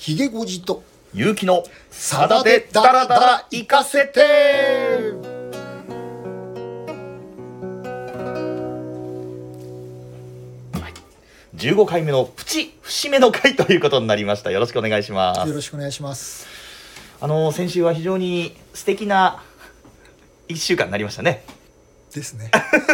ひげごじと勇気のさだでダラダラ行かせて。15回目のプチ節目の回ということになりました。よろしくお願いします。 よろしくお願いします。 先週は非常に素敵な1週間になりましたね。 ですね。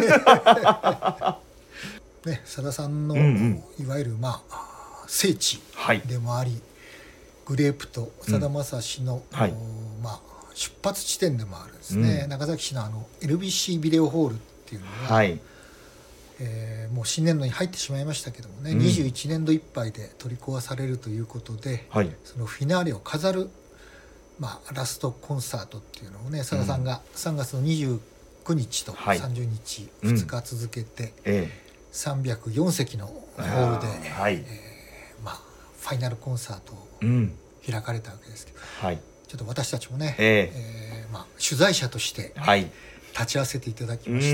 ね、さださんの、いわゆる聖地でもあり、グレープとさだまさしの、出発地点でもあるですね、長崎市のLBC ビデオホールっていうのが、もう新年度に入ってしまいましたけどもね、21年度いっぱいで取り壊されるということで、そのフィナーレを飾る、ラストコンサートっていうのをね、さださんが3月の29日と30日、2日続けて、304席のホールで、ファイナルコンサートを開かれたわけですけど、ちょっと私たちもね、取材者として立ち会わせていただきまして、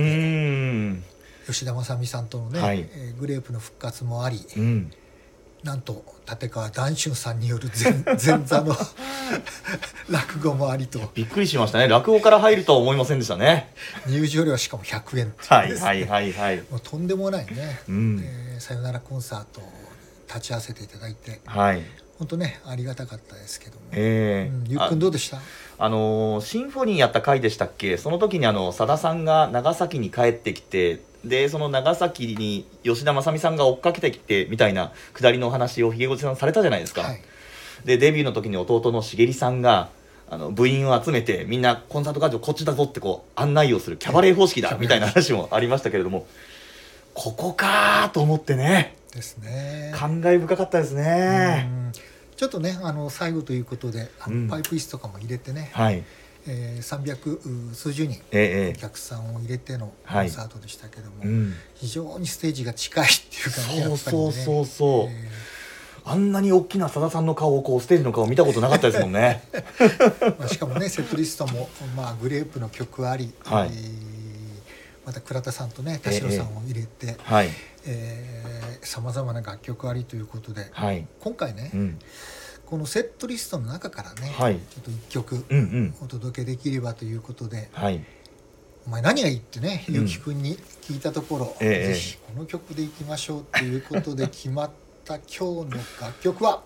吉田正美さんとのね、グレープの復活もあり、なんと立川談春さんによる前座の落語もありと、 びっくりしましたね。落語から入るとは思いませんでしたね。 入場料はしかも100円っていうですね、もうとんでもないね、さよならコンサート立ち会わせていただいて、本当ねありがたかったですけども、ゆっくんどうでした？ シンフォニーやった回でしたっけ？その時にさださんが長崎に帰ってきて、でその長崎に吉田正美さんが追っかけてきてみたいなくだりのお話をひげごじさんされたじゃないですか。でデビューの時に弟の茂さんが部員を集めて、みんなコンサート会場こっちだぞってこう案内をするキャバレー方式だみたいな話もありましたけれども、ここかーと思ってね、 ですね、 感慨深かったですね。 ちょっとね最後ということでパイプ椅子とかも入れてね、300数十人お客さんを入れてのコンサートでしたけども、非常にステージが近いっていうかね、やっぱりね、 あんなに大きなさださんの顔をステージの顔見たことなかったですもんね。 しかもねセットリストもグレープの曲あり、また倉田さんとね田代さんを入れてさまざまな楽曲ありということで、今回ね、このセットリストの中からね、ちょっと1曲お届けできればということで、お前何がいいってねゆうきくんに聞いたところ、ぜひこの曲でいきましょうということで決まった今日の楽曲は、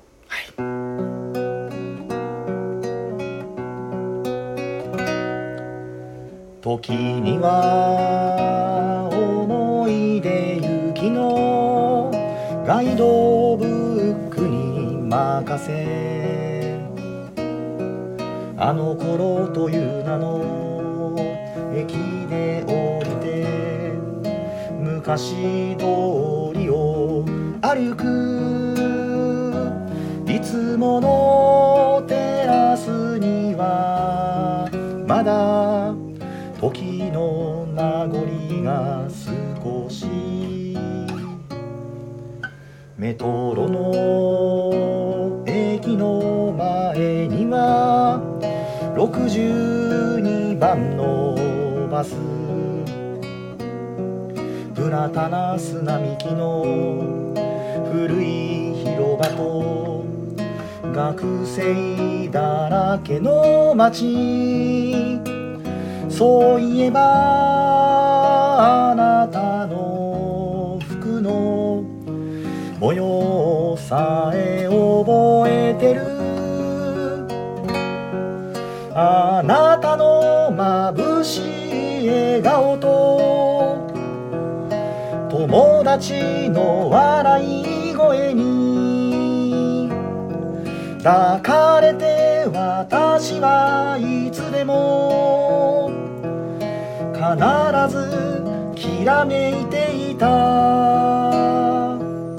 時には思い出行きのガイドブックに任せ、あの頃という名の駅で降りて昔通りを歩く、いつものテラスにはまだ時の名残が少し、メトロの駅の前には62番のバス、ブラタナス並木の古い広場と学生だらけの街、そういえばあなたの服の模様さえ覚えてる、あなたの眩しい笑顔と友達の笑い声に抱かれて私はいつでも必ずきらめいていた。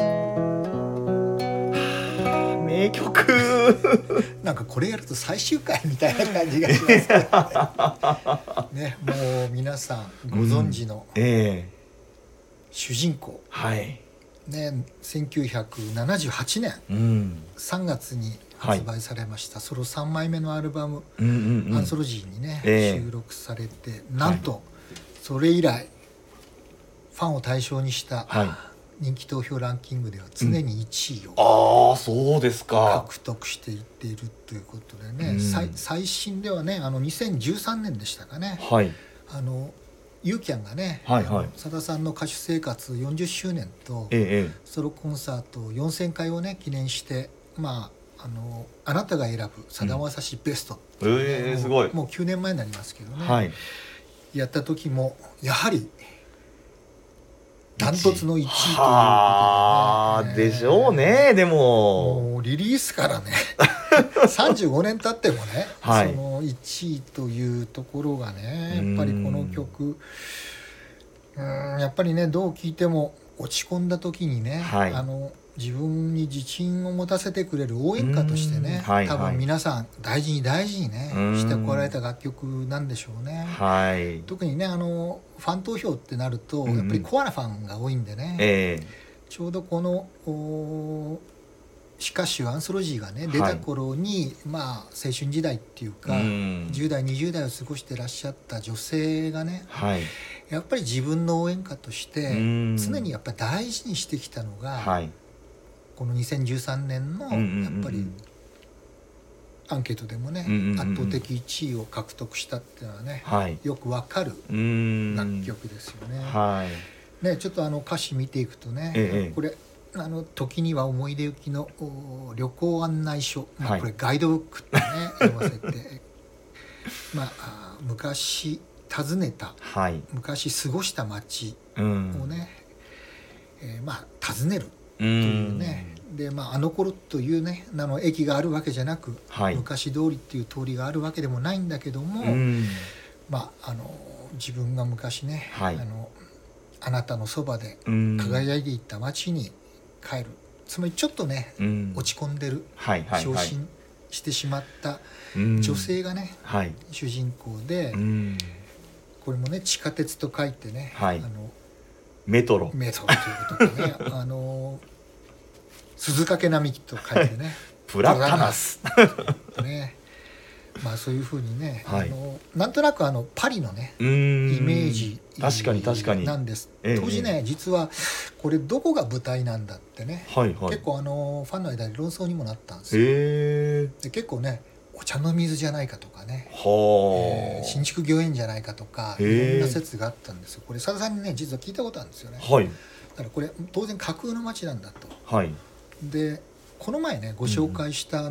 名曲。 なんかこれやると最終回みたいな感じがしますけどね。もう皆さんご存知の主人公、ね、1978年3月に発売されました、ソロ3枚目のアルバム、アンソロジーにね、収録されて、なんとそれ以来ファンを対象にした人気投票ランキングでは常に1位を、 そうですか、 獲得していっているということでね、最新ではね2013年でしたかね、ユーキャンがね、さださんの歌手生活40周年と、ソロコンサート4000回をね記念して、あなたが選ぶさだまさしベストっていう、 すごい、 もう9年前になりますけどね、やった時もやはりダントツの1位ということでね、 でしょうね。でもうリリースからね35年経ってもね、その1位というところがね、やっぱりこの曲やっぱりねどう聴いても落ち込んだ時にね、自分に自信を持たせてくれる応援歌としてね、多分皆さん大事にねしてこられた楽曲なんでしょうね。特にねファン投票ってなるとやっぱりコアなファンが多いんでね、ちょうどこのしかしアンソロジーがね出た頃に、青春時代っていうか10代20代を過ごしてらっしゃった女性がね、やっぱり自分の応援歌として常にやっぱり大事にしてきたのが、この2013年のやっぱりアンケートでもね、圧倒的1位を獲得したっていうのはね、よくわかる楽曲ですよね。ちょっと歌詞見ていくとね、これ時には思い出行きの旅行案内書、これガイドブックってね読ませて昔訪ねた、昔過ごした街をね、訪ねるというね、であの頃というね駅があるわけじゃなく、昔通りっていう通りがあるわけでもないんだけども、自分が昔ね、あなたのそばで輝いていった街に帰る、つまりちょっとね、落ち込んでる、昇進してしまった女性がね、主人公で、これもね地下鉄と書いてね、 メトロということでね鈴懸並木と書いてねプラタナスね、そういうふうにね、なんとなくパリのねイメージなんです。当時ね実はこれどこが舞台なんだってね、結構ファンの間で論争にもなったんですよ。で結構ねお茶の水じゃないかとかね、新築御苑じゃないかとかいろんな説があったんですよ。これさださんにね実は聞いたことあるんですよね。だからこれ当然架空の街なんだと。でこの前ねご紹介した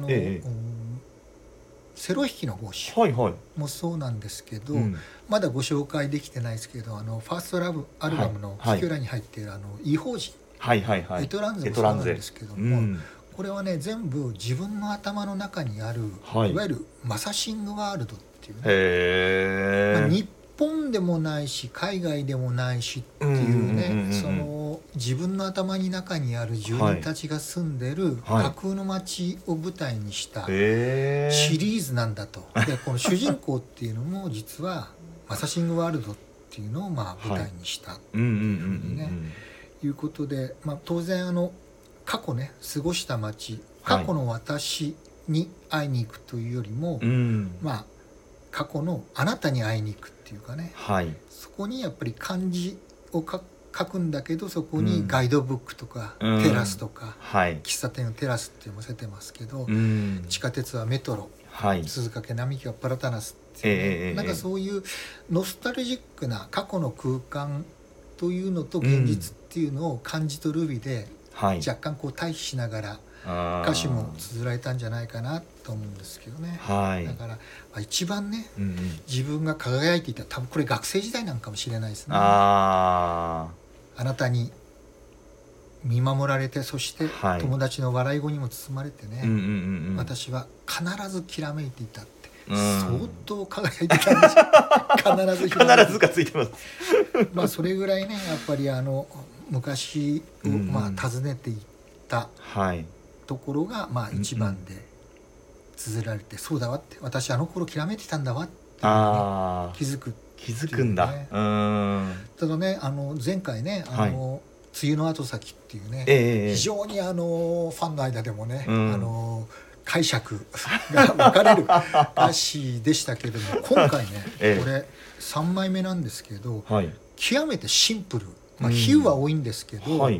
セロ弾きの帽子もそうなんですけど、まだご紹介できてないですけどファーストラブアルバムの聴き裏に入っている異邦人、エトランゼもそうなんですけども、これはね全部自分の頭の中にある、いわゆるマサシングワールドっていうね、日本でもないし海外でもないしっていうね、その自分の頭に中にある住人たちが住んでる架空の街を舞台にしたシリーズなんだと。でこの主人公っていうのも実はマサシングワールドっていうのを舞台にしたというふうにねいうことで、当然過去ね過ごした街、過去の私に会いに行くというよりも、過去のあなたに会いに行くっていうかね、そこにやっぱり漢字を書くんだけど、そこにガイドブックとか、テラスとか、喫茶店のテラスって読ませてますけど、地下鉄はメトロ、鈴懸並木はプラタナスっていう、なんかそういうノスタルジックな過去の空間というのと現実っていうのを漢字とルビで若干こう対比しながら歌詞も綴られたんじゃないかなと思うんですけどね。だから一番ね、自分が輝いていた、多分これ学生時代なんかもしれないですね。あなたに見守られて、そして友達の笑い声にも包まれてね、私は必ずきらめいていたって、相当輝いてたんですよ必ずがついてますそれぐらいね、やっぱり昔を訪ねていったところが一番で綴られて、そうだわって、私あの頃きらめいてたんだわって、気づくんだ。ただね、前回ね梅雨の後先っていうね、非常にファンの間でもね、解釈が分かれる歌詞でしたけれども、今回ね、これ3枚目なんですけど、極めてシンプル、比喩は多いんですけど、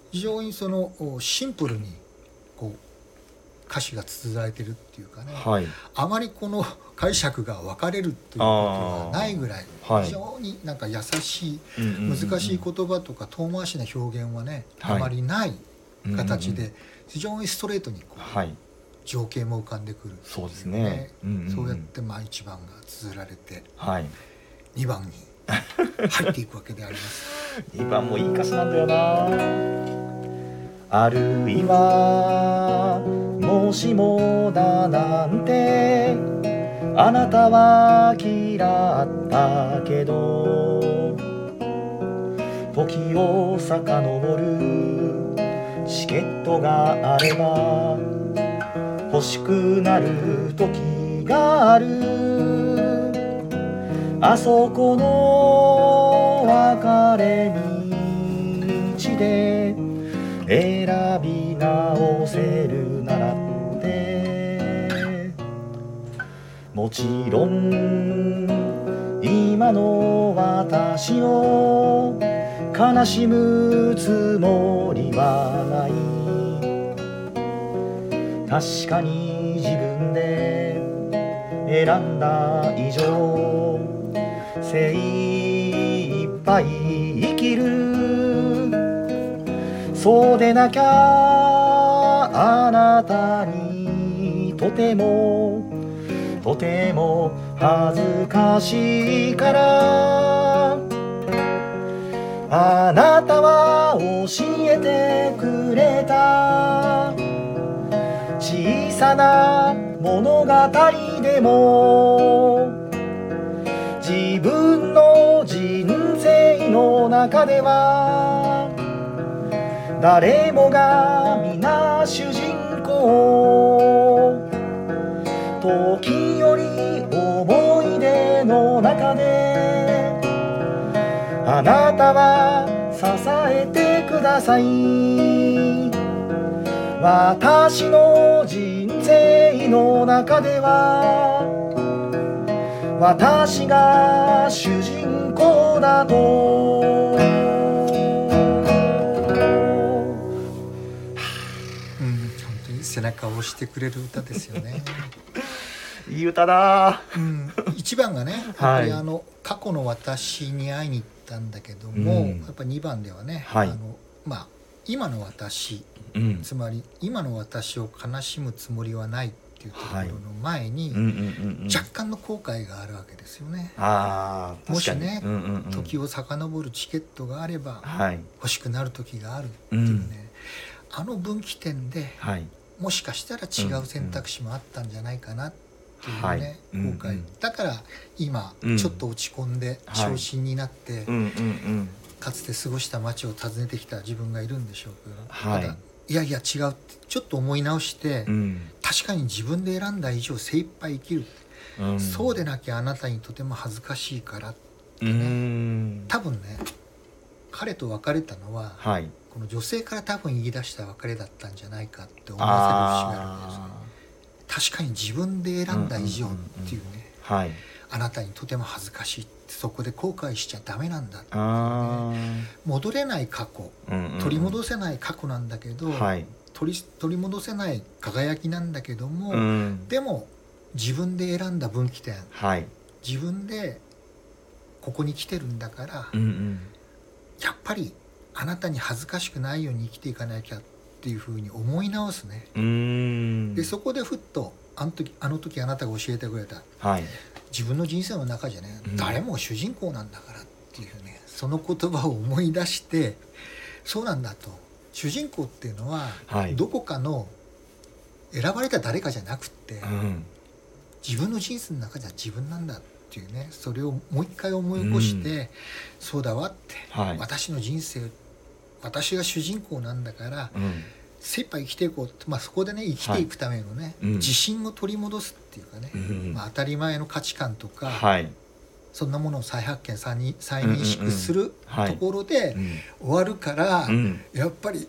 非常にそのシンプルにこう歌詞が綴られてるっていうかね、 はい、 あまりこの解釈が分かれるということはないぐらい、非常になんか優しい、難しい言葉とか遠回しな表現はね、あまりない形で非常にストレートにこう、情景も浮かんでくる、 そうですね、 そうやって1番が綴られて、2番に入っていくわけであります 2番もいい歌詞なんだよな。あるいはもしもだなんてあなたは嫌ったけど、時を遡るチケットがあれば欲しくなる時がある。あそこの別れ道で選び直せるならって、もちろん今の私を悲しむつもりはない。確かに自分で選んだ以上精一杯生きる。そうでなきゃあなたにとてもとても恥ずかしいから。あなたは教えてくれた小さな物語でも、自分の人生の中では誰もが皆主人公。時より思い出の中であなたは支えてください。私の人生の中では私が主人公だと。 本当に背中を押してくれる歌ですよね。 いい歌だ。 1番がね、やっぱり過去の私に会いに行ったんだけども、やっぱ2番ではね、今の私、つまり今の私を悲しむつもりはないっていうところの前に若干の後悔があるわけですよね。もしね、時を遡るチケットがあれば欲しくなる時があるっていうね、あの分岐点でもしかしたら違う選択肢もあったんじゃないかなっていうね、後悔だから今ちょっと落ち込んで昇進になってかつて過ごした街を訪ねてきた自分がいるんでしょうけど、ただいやいや違うってちょっと思い直して、確かに自分で選んだ以上精一杯生きる、そうでなきゃあなたにとても恥ずかしいからってね、多分ね彼と別れたのは、この女性から多分言い出した別れだったんじゃないかって思わせる節があるんですね。確かに自分で選んだ以上っていうね、あなたにとても恥ずかしい、そこで後悔しちゃダメなんだっていうね、戻れない過去、取り戻せない過去なんだけど、取り戻せない輝きなんだけども、でも自分で選んだ分岐点、自分でここに来てるんだから、やっぱりあなたに恥ずかしくないように生きていかなきゃっていうふうに思い直すね。でそこでふっとあの時あなたが教えてくれた、自分の人生の中じゃね、誰も主人公なんだからっていうね、その言葉を思い出して、そうなんだと、主人公っていうのはどこかの選ばれた誰かじゃなくって、自分の人生の中じゃ自分なんだっていうね、それをもう一回思い起こして、そうだわって、私の人生、私が主人公なんだから、精一杯生きていこうって、そこでね生きていくためのね、自信を取り戻すっていうかね、当たり前の価値観とか、そんなものを再発見再認識するところで終わるから、やっぱり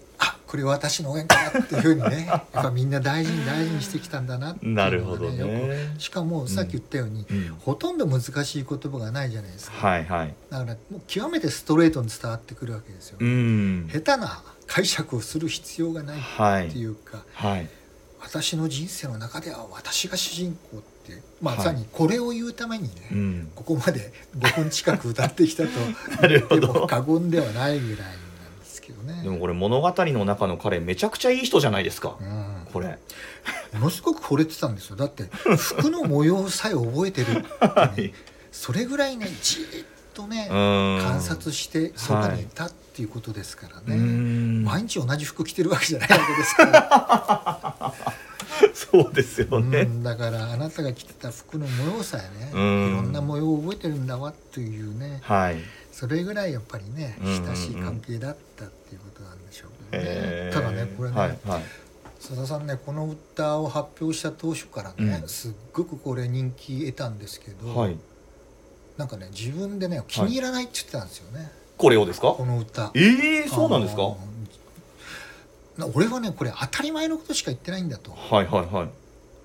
これ私の応援かなっていうふうにねやっぱみんな大事にしてきたんだなっていうのが、ね、 なるほどね。 よく、しかもさっき言ったように、ほとんど難しい言葉がないじゃないですか、 はいはい、 だからもう極めてストレートに伝わってくるわけですよ、下手な解釈をする必要がないっていうか、はい、私の人生の中では私が主人公ってまさにこれを言うためにね、ここまで5分近く歌ってきたと言っても過言ではないぐらいなんですけどね。 でもこれ物語の中の彼めちゃくちゃいい人じゃないですか、これものすごく惚れてたんですよ。だって服の模様さえ覚えてるって、ねはい、それぐらいねじーっとね観察してそばにいたっていうことですからね、毎日同じ服着てるわけじゃないわけですからそうですよね、 だからあなたが着てた服の模様さえねいろんな模様を覚えてるんだわというね、はい、それぐらいやっぱりね親しい関係だったっていうことなんでしょうけどね、ただねこれね、はいはい、佐田さんねこの歌を発表した当初からね、すっごくこれ人気得たんですけど、はい、なんかね自分でね気に入らないって言ってたんですよね、はい、 これをですか？ この歌そうなんですか？ 俺はねこれ当たり前のことしか言ってないんだと、 はいはいはい、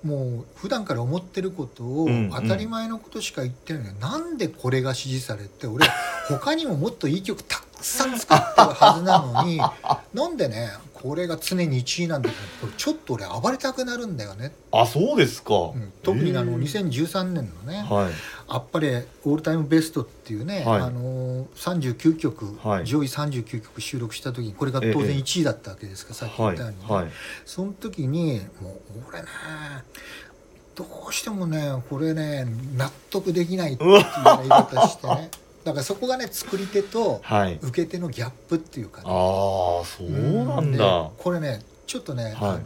もう普段から思ってることを当たり前のことしか言ってないのに、なんでこれが支持されて俺他にももっといい曲たくさん作ってるはずなのになんでねこれが常に1位なんだけどこれちょっと俺暴れたくなるんだよね。 そうですか、 特に2013年のね、はい、あっぱれオールタイムベストっていうね、はい、39曲、はい、上位39曲収録した時にこれが当然1位だったわけですから、さっき言ったように、ねはいはい、その時にもう俺ねどうしてもねこれね納得できないっていう言い方してねだからそこがね作り手と受け手のギャップっていうかね、 そうなんだ、 これねちょっとね、はい、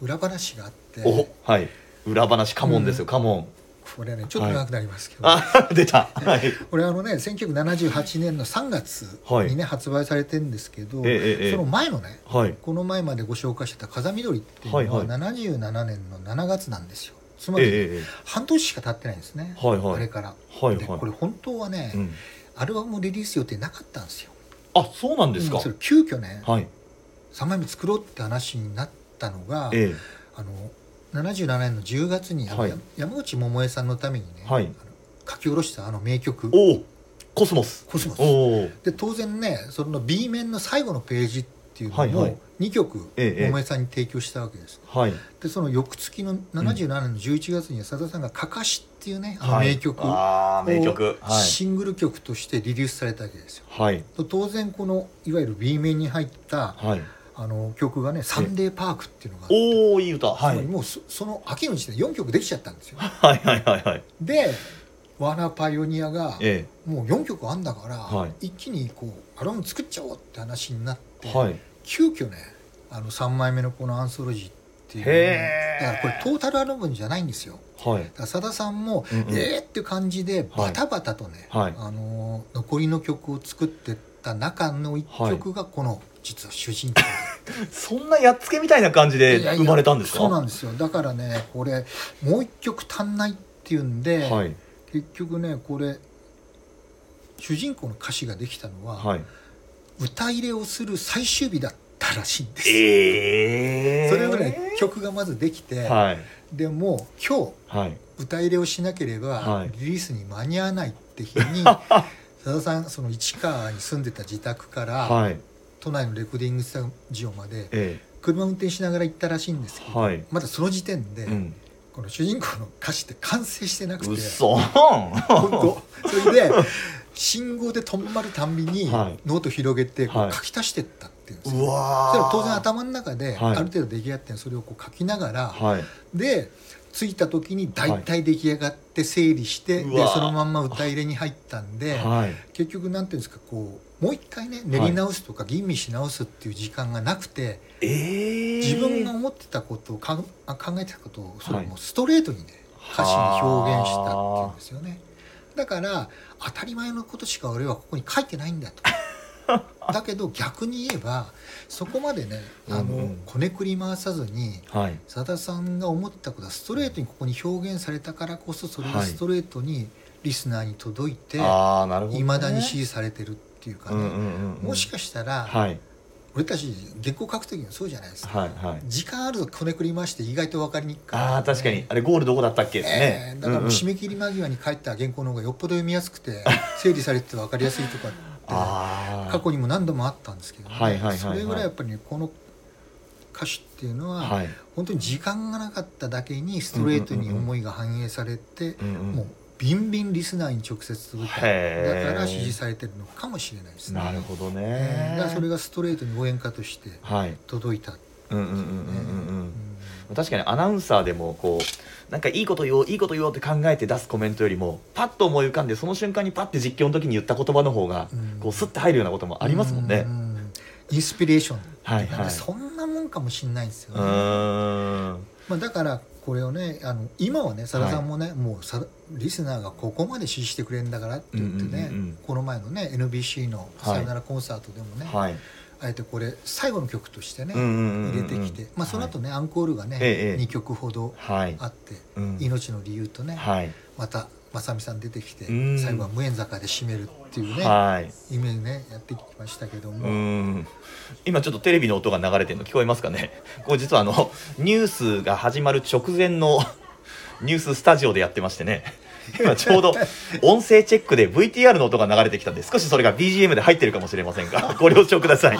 裏話があってはい、裏話カモンですよ、カモン。 これねちょっと長くなりますけど、 出た、はい、 これ1978年の3月にね、発売されてるんですけど、その前のね、この前までご紹介してた風緑っていうのは77年の7月なんですよ。つまり半年しか経ってないんですね、あれから、でこれ本当はね、アルバムリリース予定なかったんですよ。 そうなんですか。 それ急遽ね、3枚目作ろうって話になったのが、77年の10月に山口百恵さんのためにね、書き下ろした名曲コスモスで、当然ねその B 面の最後のページっていうのも2曲百恵さんに提供したわけです、でその翌月の77年の11月には佐田さんが「かかし」っていうね名曲をシングル曲としてリリースされたわけですよ、当然このいわゆる B 面に入った曲がね「サンデーパーク」っていうのがあって、 いい歌、 もうその秋の時点で4曲できちゃったんですよ。でワーナーパイオニアがもう4曲あんだから、一気にこうアルバム作っちゃおうって話になって、急遽ね3枚目のこのアンソロジーっていう、だからこれトータルアルバムじゃないんですよ。だから佐田さんもっていう感じでバタバタとね、残りの曲を作ってった中の1曲がこの実は主人公そんなやっつけみたいな感じで生まれたんですか？ そうなんですよ。だからねこれもう1曲足んないっていうんで、結局ねこれ主人公の歌詞ができたのは、歌入れをする最終日だったらしいんですよ、それぐらい曲がまずできて、でも今日、歌入れをしなければリリースに間に合わないって日に佐田さんその市川に住んでた自宅から、都内のレコーディングスタジオまで車運転しながら行ったらしいんですけど、まだその時点で、この主人公の歌詞って完成してなくて、本当それで信号で止まるたんびにノート広げてこう書き足してったっていうんですよ。それは当然頭の中である程度出来上がってそれをこう書きながら、で着いた時に大体出来上がって整理して、でそのまんま歌入れに入ったんで、結局なんていうんですかこうもう一回ね練り直すとか吟味し直すっていう時間がなくて、自分が思ってたことを考えてたことをそれをもうストレートにね歌詞に表現したっていうんですよね。だから当たり前のことしか俺はここに書いてないんだとだけど逆に言えばそこまでねこねくり回さずに、佐田さんが思ったことはストレートにここに表現されたからこそそれがストレートにリスナーに届いていまだに支持されてるっていうかね、もしかしたら、 俺たち原稿書く時にはそうじゃないですか、 はいはい、 時間あるとこねくりまして意外と分かりにくく、 ああ確かにあれゴールどこだったっけですね、 だからもう締め切り間際に書いた原稿の方がよっぽど読みやすくて整理されてて分かりやすいとかって過去にも何度もあったんですけどね、それぐらいやっぱりねこの歌詞っていうのは、はい、本当に時間がなかっただけにストレートに思いが反映されて、もうビンビンリスナーに直接届いた、だから支持されてるのかもしれないですね。 なるほどね、 だからそれがストレートに応援歌として届いた。 確かにアナウンサーでもこうなんかいいこと言おういいこと言おうって考えて出すコメントよりもパッと思い浮かんでその瞬間にパッて実況の時に言った言葉の方がこうスッて入るようなこともありますもんね。 インスピレーションって、そんなもんかもしれないですよね。だからこれをね今はねさださんもね、もうリスナーがここまで支持してくれるんだからって言ってね、この前のね NBC のさよならコンサートでもね、あえてこれ最後の曲としてね入れてきて、その後ねアンコールがね2曲ほどあって「命の理由」とねまた正美さん出てきて最後は無縁坂で締めるっていうねイメージねやってきましたけども、 今ちょっとテレビの音が流れてるの聞こえますかね。これ実はニュースが始まる直前のニューススタジオでやってましてね、今ちょうど音声チェックで VTR の音が流れてきたんで少しそれが BGM で入ってるかもしれませんがご了承ください。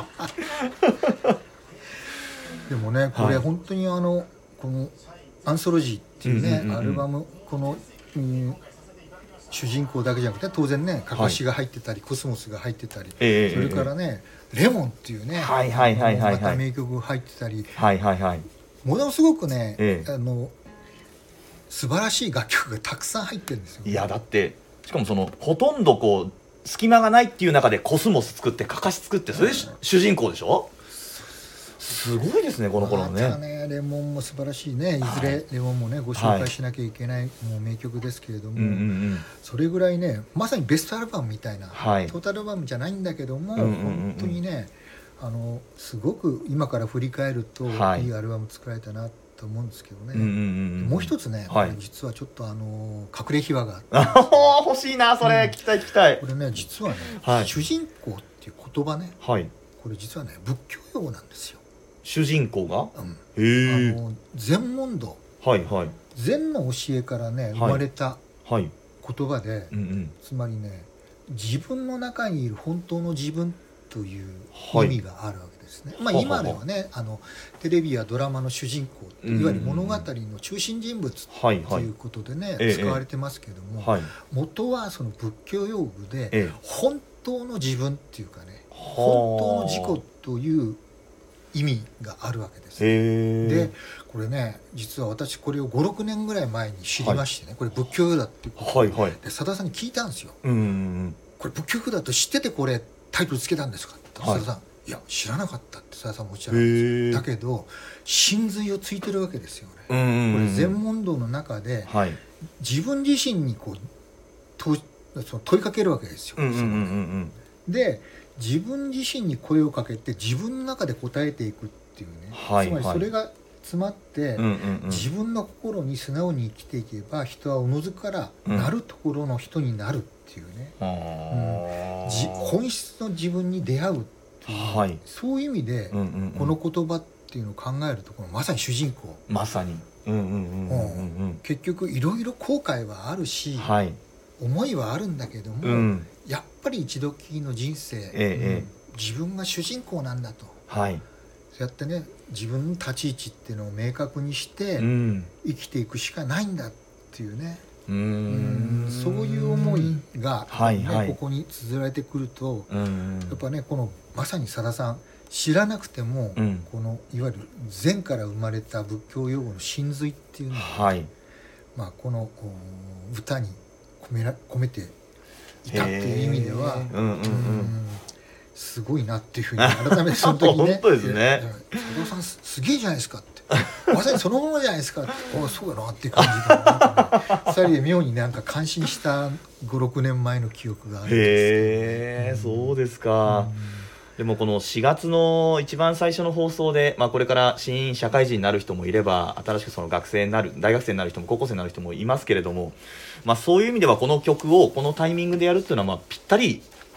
でもねこれ本当にこのアンソロジーっていうねアルバム、この主人公だけじゃなくて当然ねかかしが入ってたり、コスモスが入ってたり、それからねレモンっていうねまた名曲が入ってたり、ものすごくね素晴らしい楽曲がたくさん入ってるんですよ。 いやだってしかもほとんどこう隙間がないっていう中でコスモス作ってかかし作ってそれで主人公でしょ。すごいですねこの頃のね。 レモンも素晴らしいね。いずれレモンもねご紹介しなきゃいけないもう名曲ですけれども、それぐらいねまさにベストアルバムみたいな、トータルアルバムじゃないんだけども、本当にねすごく今から振り返るといいアルバム作られたなと思うんですけどね。もう一つね実はちょっと隠れ秘話が欲しいなそれ、聞きたい聞きたい。 これね実はね主人公っていう言葉ね、これ実はね仏教用語なんですよ。 主人公が、 禅問答、禅の教えからね生まれた言葉で、つまりね自分の中にいる本当の自分という意味があるわけですね。今ではねテレビやドラマの主人公、いわゆる物語の中心人物ということでね使われてますけども、元はその仏教用語で本当の自分っていうかね本当の自己という意味があるわけです。でこれね実は私これを 5,6 年ぐらい前に知りましてね、これ仏教用だっていうことでさださんに聞いたんですよ。これ仏教用だと知っててこれタイトルつけたんですかってさださんいや知らなかったってさださんもおっしゃるんですよ。だけど真髄をついてるわけですよね。これ禅問答の中で自分自身にこう問いかけるわけですよ。で自分自身に声をかけて自分の中で答えていくっていうね、つまりそれが詰まって、自分の心に素直に生きていけば人はおのずからなるところの人になるっていうね、本質の自分に出会うっていう、そういう意味で、この言葉っていうのを考えるところまさに主人公まさに結局いろいろ後悔はあるし、思いはあるんだけども、やっぱり一度きりの人生、自分が主人公なんだと、そうやってね自分の立ち位置っていうのを明確にして生きていくしかないんだっていうね、そういう思いが、ここに綴られてくると、やっぱねこのまさにさださん知らなくても、このいわゆる禅から生まれた仏教用語の真髄っていうのは、この歌に込めていたっていう意味ではすごいなっていうふうに改めてその時ね本当ですね佐藤さんすげえじゃないですかってまさにそのままじゃないですかってそうだなっていう感じが、2人で妙になんか感心した 5,6 年前の記憶があるんですけど、 そうですか。でもこの4月の一番最初の放送で、これから新社会人になる人もいれば新しくその学生になる大学生になる人も高校生になる人もいますけれども、そういう意味ではこの曲をこのタイミングでやるっていうのはぴったり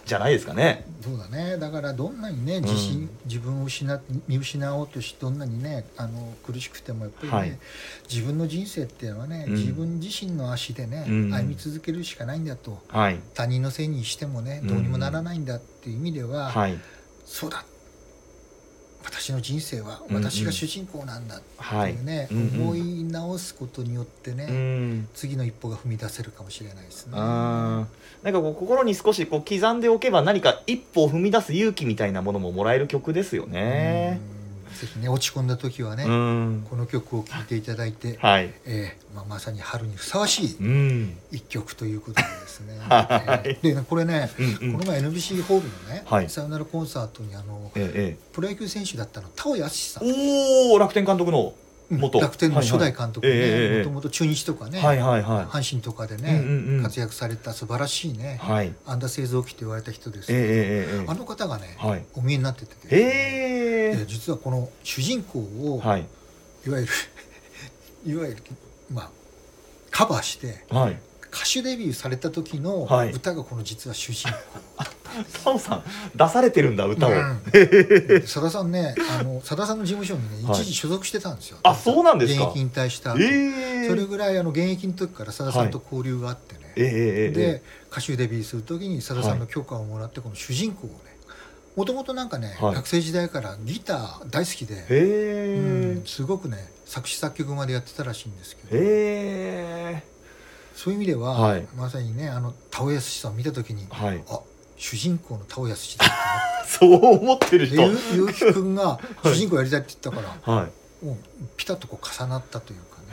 じゃないですかね。 そうだね。だからどんなにね自分を見失おうとしどんなにね苦しくてもやっぱりね、はい、自分の人生っていうのはね、自分自身の足でね、歩み続けるしかないんだと、はい、他人のせいにしてもねどうにもならないんだっていう意味では、はい、そうだ、私の人生は私が主人公なんだっていうね、思い直すことによってね、次の一歩が踏み出せるかもしれないですね。 なんかこう心に少しこう刻んでおけば何か一歩を踏み出す勇気みたいなものももらえる曲ですよね。 ぜひね落ち込んだ時はね、この曲を聴いていただいて、はい、まさに春にふさわしい一曲ということでですね、でこれね、この前 NBC ホールのね、はい、さよならコンサートにプロ野球選手だったの田尾康さん、 楽天監督の楽天の初代監督ね、もともと中日とかね、阪神とかでね活躍された素晴らしいね、安打製造機と言われた人ですけど、あの方がねお見えになってて、実はこの主人公をいわゆるまあカバーして歌手デビューされた時の歌がこの実は主人公。 田尾さん出されてるんだ歌を。 さださんね、さださんの事務所にね一時所属してたんですよ。 そうなんですか。 現役引退した後、それぐらい現役の時からさださんと交流があってね、で歌手デビューする時にさださんの許可をもらってこの主人公をね、もともとなんかね、学生時代からギター大好きで、すごくね作詞作曲までやってたらしいんですけど、そういう意味では、まさにね田尾康さんを見た時に、主人公の田尾康だってそう思ってる人、 結城くんが主人公やりたいって言ったから、もうピタッとこう重なったというか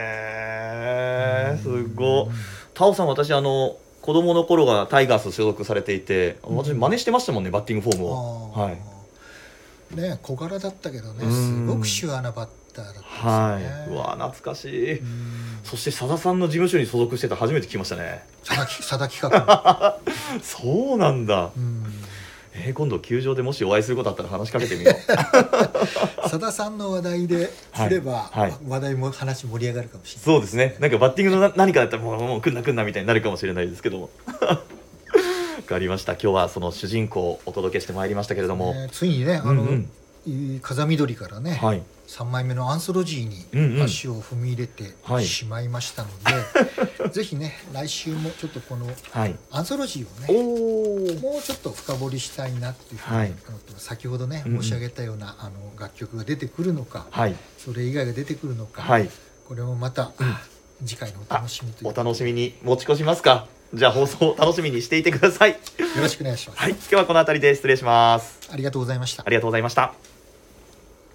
ね。すごい。田尾さん、私子供の頃がタイガース所属されていて、私真似してましたもんね、バッティングフォームを。 ね、小柄だったけどね、すごく手話なバッターだったですね。うわ懐かしい。そしてさださんの事務所に所属してた初めて聞きましたね。 さだ企画。 そうなんだ。今度球場でもしお会いすることあったら話しかけてみよう。さださんの話題で振れば、話題も話盛り上がるかもしれない。 そうですね。なんかバッティングの何かだったらもう来んなみたいになるかもしれないですけども。わかりました。今日はその主人公をお届けしてまいりましたけれども、 ついにね風見鶏からね、3枚目のアンソロジーに足を踏み入れてしまいましたので、ぜひね来週もちょっとこのアンソロジーをねもうちょっと深掘りしたいなっていうふうに思ってます。先ほどね申し上げたような楽曲が出てくるのか、それ以外が出てくるのか、これもまた次回のお楽しみという。 お楽しみに持ち越しますか。じゃあ放送楽しみにしていてください。よろしくお願いします。 今日はこの辺りで失礼します。 ありがとうございました。 ありがとうございました。